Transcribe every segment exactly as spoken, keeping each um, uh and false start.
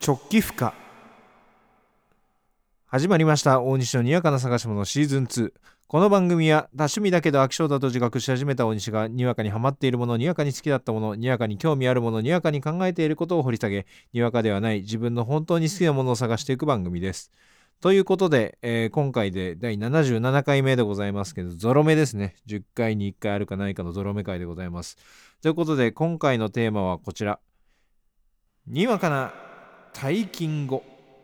直帰不可。始まりました大西のにわかな探し物シーズンツー。この番組は多趣味だけど飽き性だと自覚し始めた大西がにわかにハマっているもの、にわかに好きだったもの、にわかに興味あるもの、にわかに考えていることを掘り下げ、にわかではない自分の本当に好きなものを探していく番組です。ということで、えー今回でだいななじゅうななかいめでございますけど、ゾロ目ですね。じゅっかいにいっかいあるかないかのゾロ目回でございます。ということで今回のテーマはこちら、にわかな退勤後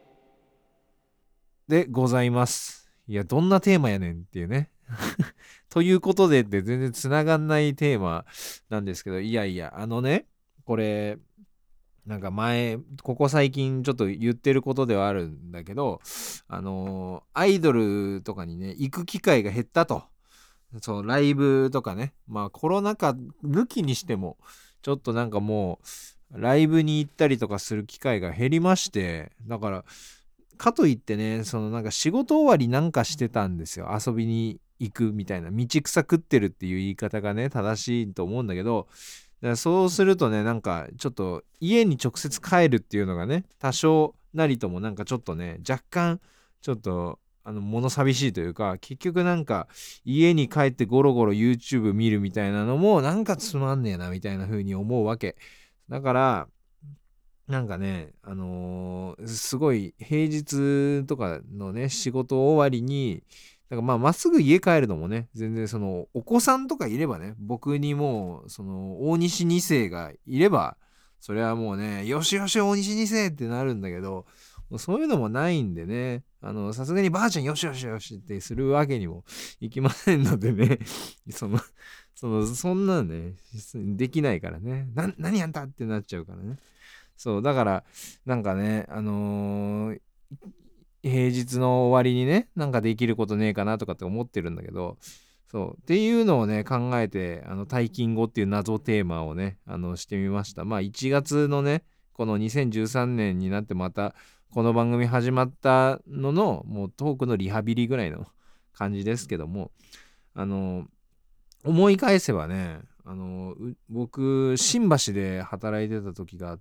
でございます。いや、どんなテーマやねんっていうね。ということでって全然つながんないテーマなんですけど、いやいや、あのね、これ、なんか前、ここ最近ちょっと言ってることではあるんだけど、あのーアイドルとかにね、行く機会が減ったと。そう、ライブとかね。まあコロナ禍抜きにしても、ちょっとなんかもう、ライブに行ったりとかする機会が減りまして、だから、かといってね、そのなんか仕事終わりなんかしてたんですよ。遊びに行くみたいな。道草食ってるっていう言い方がね、正しいと思うんだけど、だからそうするとね、なんかちょっと家に直接帰るっていうのがね、多少なりともなんかちょっとね、若干ちょっとあの物寂しいというか、結局なんか家に帰ってゴロゴロ YouTube 見るみたいなのもなんかつまんねえなみたいな風に思うわけ。だからなんかね、あのーすごい平日とかのね、仕事終わりに、なんかまあ、まっすぐ家帰るのもね、全然その、お子さんとかいればね、僕にもう、その、大西に世がいれば、それはもうね、よしよし大西に世ってなるんだけど、もうそういうのもないんでね、あの、さすがにばあちゃんよしよしよしってするわけにもいきませんのでね、その、その、そんなのね、できないからね、な、何やんだってなっちゃうからね。そうだからなんかねあのー平日の終わりにねなんかできることねえかなとかって思ってるんだけど、そうっていうのをね考えて、あの退勤後っていう謎テーマをねあのしてみました。まあいちがつのねこのにせんじゅうさんねんになってまたこの番組始まったののもうトークのリハビリぐらいの感じですけども、あの思い返せばね、あのう僕新橋で働いてた時があって、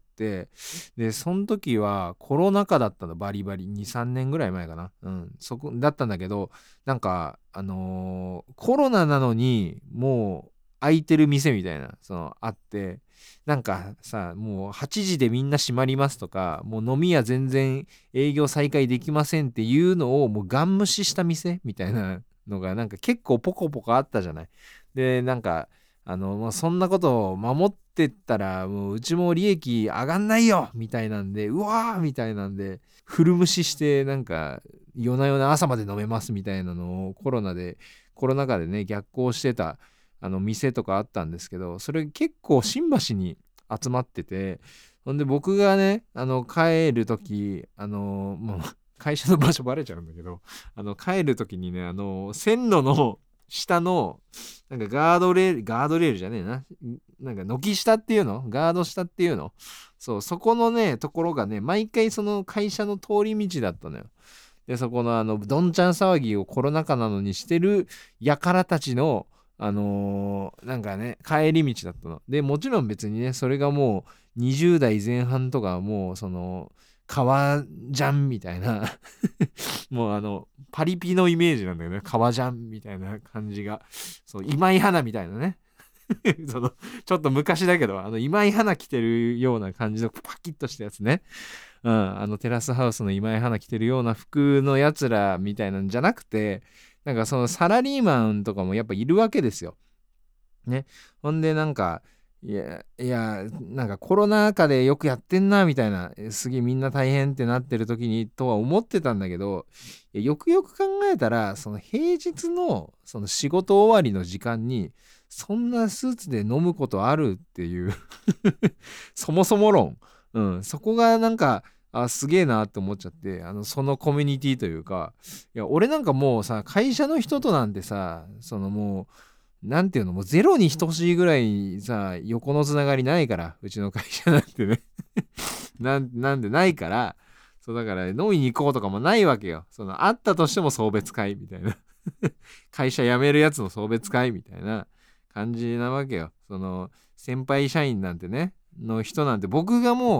でその時はコロナ禍だったの、バリバリにさんねんぐらい前かな、うんそこだったんだけど、なんかあのーコロナなのにもう開いてる店みたいなそのあって、なんかさもうはちじでみんな閉まりますとか、もう飲み屋全然営業再開できませんっていうのをもうガン無視した店みたいなのがなんか結構ポコポコあったじゃない。でなんかあの、まあ、そんなことを守ってったらもううちも利益上がんないよみたいなんで、うわーみたいなんで古無視して、なんか夜な夜な朝まで飲めますみたいなのをコロナでコロナ禍でね逆行してたあの店とかあったんですけど、それ結構新橋に集まってて、ほんで僕がねあの帰る時、あのもう会社の場所バレちゃうんだけど、あの帰る時にね、あの線路の下のなんかガードレールガードレールじゃねえな、なんか軒下っていうの、ガード下っていうの、そうそこのねところがね毎回その会社の通り道だったのよ。でそこのあのどんちゃん騒ぎをコロナ禍なのにしてる輩たちのあのーなんかね帰り道だったので、もちろん別にねそれがもうにじゅう代前半とかもうその革ジャンみたいなもうあのパリピのイメージなんだよね、革ジャンみたいな感じが、そう今井花みたいなねそのちょっと昔だけどあの今井花着てるような感じのパキッとしたやつね、うん、あのテラスハウスの今井花着てるような服のやつらみたいなんじゃなくて、なんかそのサラリーマンとかもやっぱいるわけですよね。ほんでなんかいやいやなんかコロナ禍でよくやってんなみたいな、えすげえみんな大変ってなってる時にとは思ってたんだけど、いやよくよく考えたらその平日のその仕事終わりの時間にそんなスーツで飲むことあるっていうそもそも論、うん、そこがなんかあすげえなって思っちゃって、あのそのコミュニティというか、いや俺なんかもうさ会社の人となんてさ、そのもうなんていうの、もうゼロに等しいぐらいさ横のつながりないから、うちの会社なんてねなんなんでないから、そうだから飲みに行こうとかもないわけよ。そのあったとしても送別会みたいな会社辞めるやつの送別会みたいな感じなわけよ。その先輩社員なんてねの人なんて、僕がもう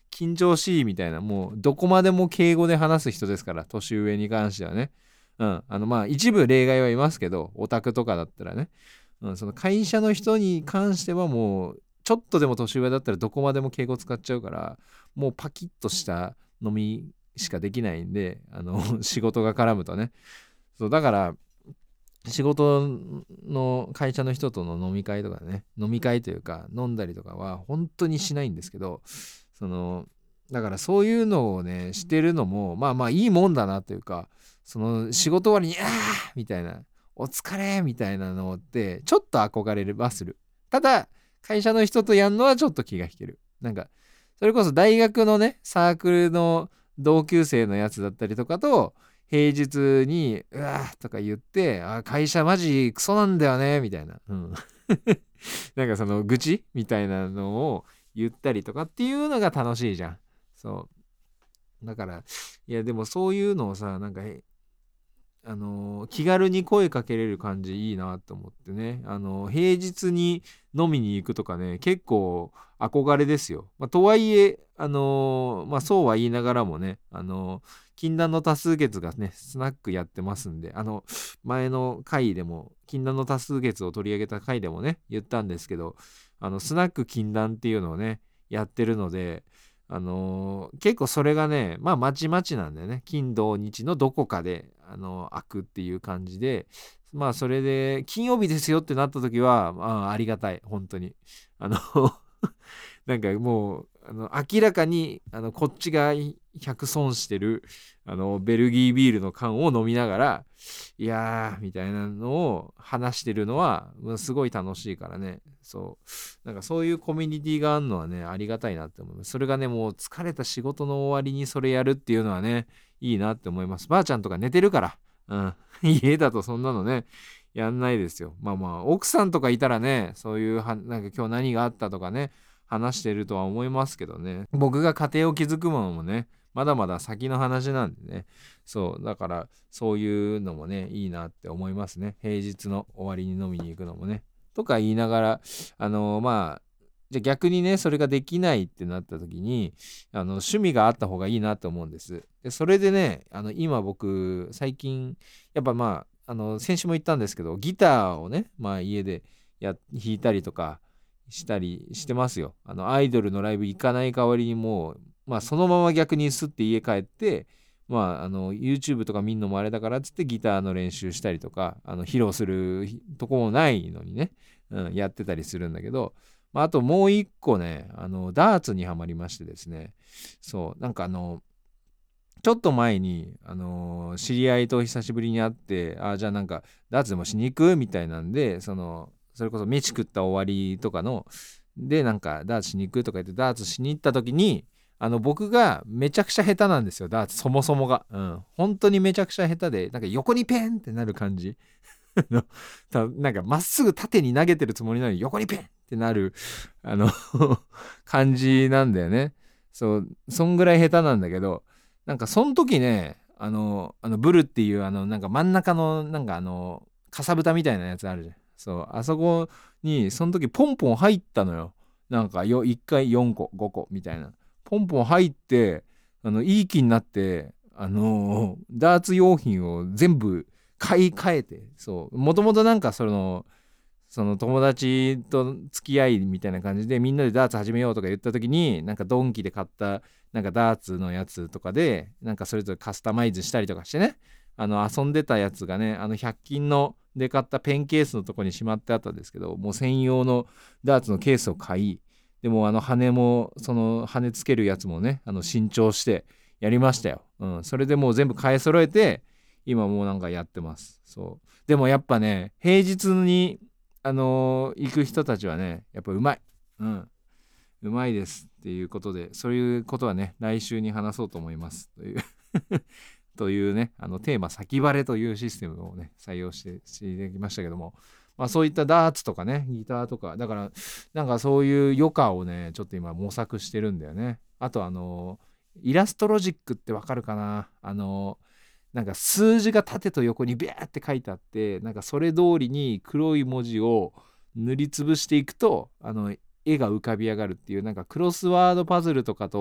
緊張しいみたいな、もうどこまでも敬語で話す人ですから、年上に関してはね。うん、あのまあ一部例外はいますけど、オタクとかだったらね、うん、その会社の人に関してはもうちょっとでも年上だったらどこまでも敬語使っちゃうから、もうパキッとした飲みしかできないんで、あの仕事が絡むとね。そうだから仕事の会社の人との飲み会とかね、飲み会というか飲んだりとかは本当にしないんですけど、そのだからそういうのをねしてるのもまあまあいいもんだなというか、その仕事終わりに「あー」みたいな「お疲れ」みたいなのってちょっと憧れればする。ただ会社の人とやるのはちょっと気が引ける。なんかそれこそ大学のねサークルの同級生のやつだったりとかと平日に「うわー」とか言って「あ会社マジクソなんだよね」みたいな、うん、なんかその愚痴みたいなのを言ったりとかっていうのが楽しいじゃん。そうだからいやでもそういうのをさなんかあの気軽に声かけれる感じいいなと思ってね、あの平日に飲みに行くとかね結構憧れですよ、まあ、とはいえあのまあそうは言いながらもねあの禁断の多数決がねスナックやってますんで、あの前の回でも禁断の多数決を取り上げた回でもね言ったんですけど、あのスナック禁断っていうのをねやってるので、あのー結構それがねまあまちまちなんだよね。金土日のどこかで、あのー開くっていう感じで、まあそれで金曜日ですよってなった時は、まあ、ありがたい本当にあのなんかもうあの明らかにあのこっちがひゃく損してるあのベルギービールの缶を飲みながらいやーみたいなのを話してるのはすごい楽しいからね。そうなんかそういうコミュニティがあるのはねありがたいなって思います。それがねもう疲れた仕事の終わりにそれやるっていうのはねいいなって思います。ばあちゃんとか寝てるから、うん、家だとそんなのねやんないですよ。まあまあ奥さんとかいたらねそういうはなんか今日何があったとかね話してるとは思いますけどね、僕が家庭を築くものもねまだまだ先の話なんでね、そうだからそういうのもねいいなって思いますね。平日の終わりに飲みに行くのもねとか言いながら、あのまあじゃあ逆にねそれができないってなった時にあの趣味があった方がいいなと思うんです。でそれでねあの今僕最近やっぱまああの先週も言ったんですけどギターをねまあ家でや弾いたりとかしたりしてますよ。あのアイドルのライブ行かない代わりにもう、まあ、そのまま逆にすって家帰って、まあ、あの YouTube とか見んのもあれだからっつってギターの練習したりとかあの披露するとこもないのにね、うん、やってたりするんだけど、まあ、あともう一個ねあのダーツにはまりましてですね、そうなんかあのちょっと前に、あのー知り合いと久しぶりに会ってあじゃあなんかダーツでもしに行くみたいなんでそのそれこそ飯食った終わりとかのでなんかダーツしに行くとか言ってダーツしに行った時にあの僕がめちゃくちゃ下手なんですよダーツそもそもが、うん、本当にめちゃくちゃ下手でなんか横にペンってなる感じのたなんかまっすぐ縦に投げてるつもりなのに横にペンってなるあの感じなんだよね。そうそんぐらい下手なんだけどなんかその時ねあのあのブルっていうあのなんか真ん中のなんかあのかさぶたみたいなやつあるじゃん。そうあそこにその時ポンポン入ったのよ。なんかよいっかいよんこごこみたいなポンポン入ってあのいい気になってあのダーツ用品を全部買い替えて、そうもともとなんかそのその友達と付き合いみたいな感じでみんなでダーツ始めようとか言った時になんかドンキで買ったなんかダーツのやつとかでなんかそれぞれカスタマイズしたりとかしてね、あの遊んでたやつがねあのひゃく均ので買ったペンケースのとこにしまってあったんですけど、もう専用のダーツのケースを買い、でもあの羽もその羽つけるやつもねあの新調してやりましたよ、うん、それでもう全部買い揃えて今もうなんかやってます。そうでもやっぱね平日にあのー行く人たちはねやっぱうまい、うんうまいですっていうことで、そういうことはね来週に話そうと思いますというというねあのテーマ先バレというシステムをね採用してしていただきましたけども、まあそういったダーツとかねギターとかだからなんかそういう余暇をねちょっと今模索してるんだよね。あとあのイラストロジックってわかるかな、あのなんか数字が縦と横にビャーって書いてあってなんかそれ通りに黒い文字を塗りつぶしていくとあの絵が浮かび上がるっていうなんかクロスワードパズルとかと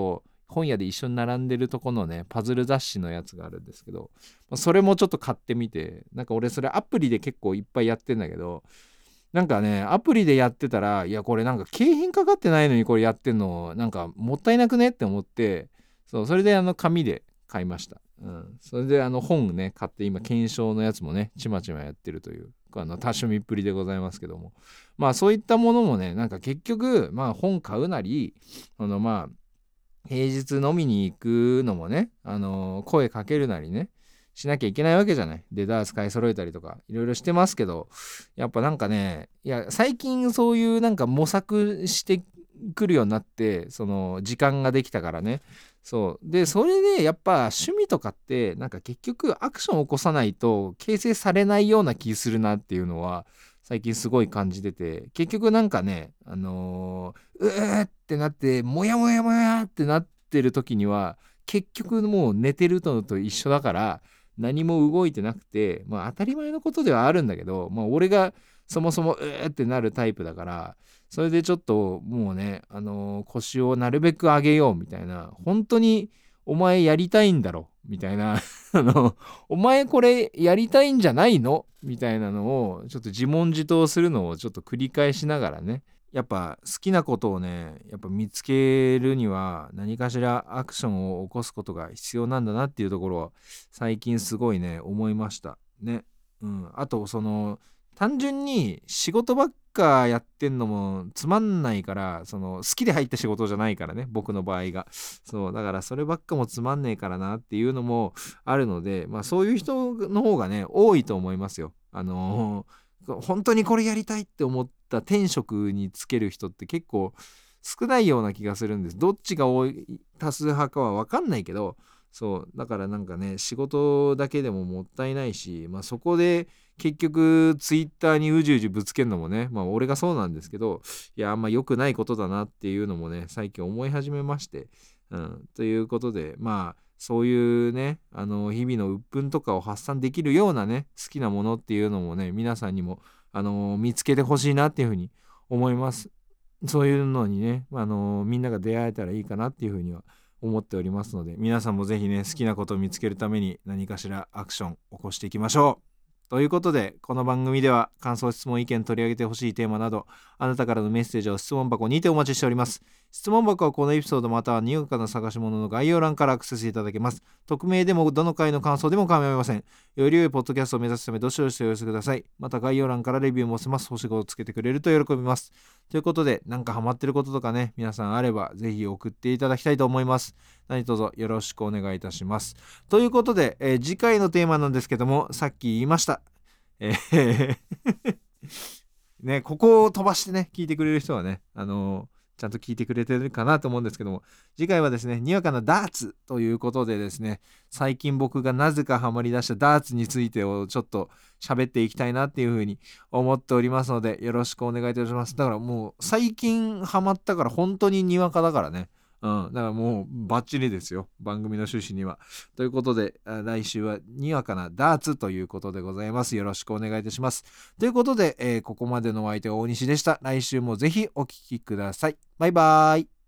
本屋で一緒に並んでるとこのねパズル雑誌のやつがあるんですけど、それもちょっと買ってみて、なんか俺それアプリで結構いっぱいやってんだけど、なんかねアプリでやってたら、いやこれなんか景品かかってないのにこれやってんのなんかもったいなくねって思って、そうそれであの紙で買いました。うん、それであの本ね買って今検証のやつもねちまちまやってるというあの多趣味っぷりでございますけども、まあそういったものもねなんか結局まあ本買うなり、あのまあ平日飲みに行くのもね、あの声かけるなりねしなきゃいけないわけじゃない。でダーツ買い揃えたりとかいろいろしてますけど、やっぱなんかね、いや最近そういうなんか模索してくるようになって、その時間ができたからね。そうでそれでやっぱ趣味とかってなんか結局アクションを起こさないと形成されないような気するなっていうのは最近すごい感じてて、結局なんかねあのー、うーってなってモヤモヤモヤってなってる時には結局もう寝てるのと一緒だから何も動いてなくて、まあ当たり前のことではあるんだけど、まあ俺がそもそもうーってなるタイプだから、それでちょっともうね、あのー腰をなるべく上げようみたいな、本当にお前やりたいんだろみたいなあのお前これやりたいんじゃないのみたいなのをちょっと自問自答するのをちょっと繰り返しながらね、やっぱ好きなことをねやっぱ見つけるには何かしらアクションを起こすことが必要なんだなっていうところは最近すごいね思いましたね。うん、あとその単純に仕事ばっかやってんのもつまんないから、その好きで入った仕事じゃないからね僕の場合が、そうだからそればっかもつまんねえからなっていうのもあるので、まあそういう人の方がね多いと思いますよ。あのー、本当にこれやりたいって思った転職につける人って結構少ないような気がするんです。どっちが多い多数派かは分かんないけど、そうだからなんかね仕事だけでももったいないし、まあそこで結局ツイッターにうじうじぶつけるのもね、まあ俺がそうなんですけど、いやあんま良くないことだなっていうのもね最近思い始めまして、うん、ということでまあそういうねあの日々の鬱憤とかを発散できるようなね好きなものっていうのもね皆さんにもあの見つけてほしいなっていうふうに思います。そういうのにねあのみんなが出会えたらいいかなっていうふうには思っておりますので、皆さんもぜひね好きなことを見つけるために何かしらアクション起こしていきましょう。ということでこの番組では感想質問意見取り上げてほしいテーマなどあなたからのメッセージを質問箱にてお待ちしております。質問箱はこのエピソードまたはにわかな探し物の概要欄からアクセスいただけます。匿名でもどの回の感想でも構いません。より良いポッドキャストを目指すためどしどしお寄せください。また概要欄からレビューも押せます。星ごをつけてくれると喜びます。ということでなんかハマってることとかね皆さんあればぜひ送っていただきたいと思います。何卒よろしくお願いいたします。ということで、えー次回のテーマなんですけども、さっき言いましたえーね、ここを飛ばしてね聞いてくれる人はね、あのーちゃんと聞いてくれてるかなと思うんですけども、次回はですねにわかなダーツということでですね、最近僕がなぜかハマりだしたダーツについてをちょっと喋っていきたいなっていうふうに思っておりますのでよろしくお願いいたします。だからもう最近ハマったから本当ににわかだからね、うん、だからもうバッチリですよ番組の趣旨には。ということで来週はにわかなダーツということでございます。よろしくお願いいたします。ということで、えーここまでのお相手は大西でした。来週もぜひお聞きください。バイバーイ。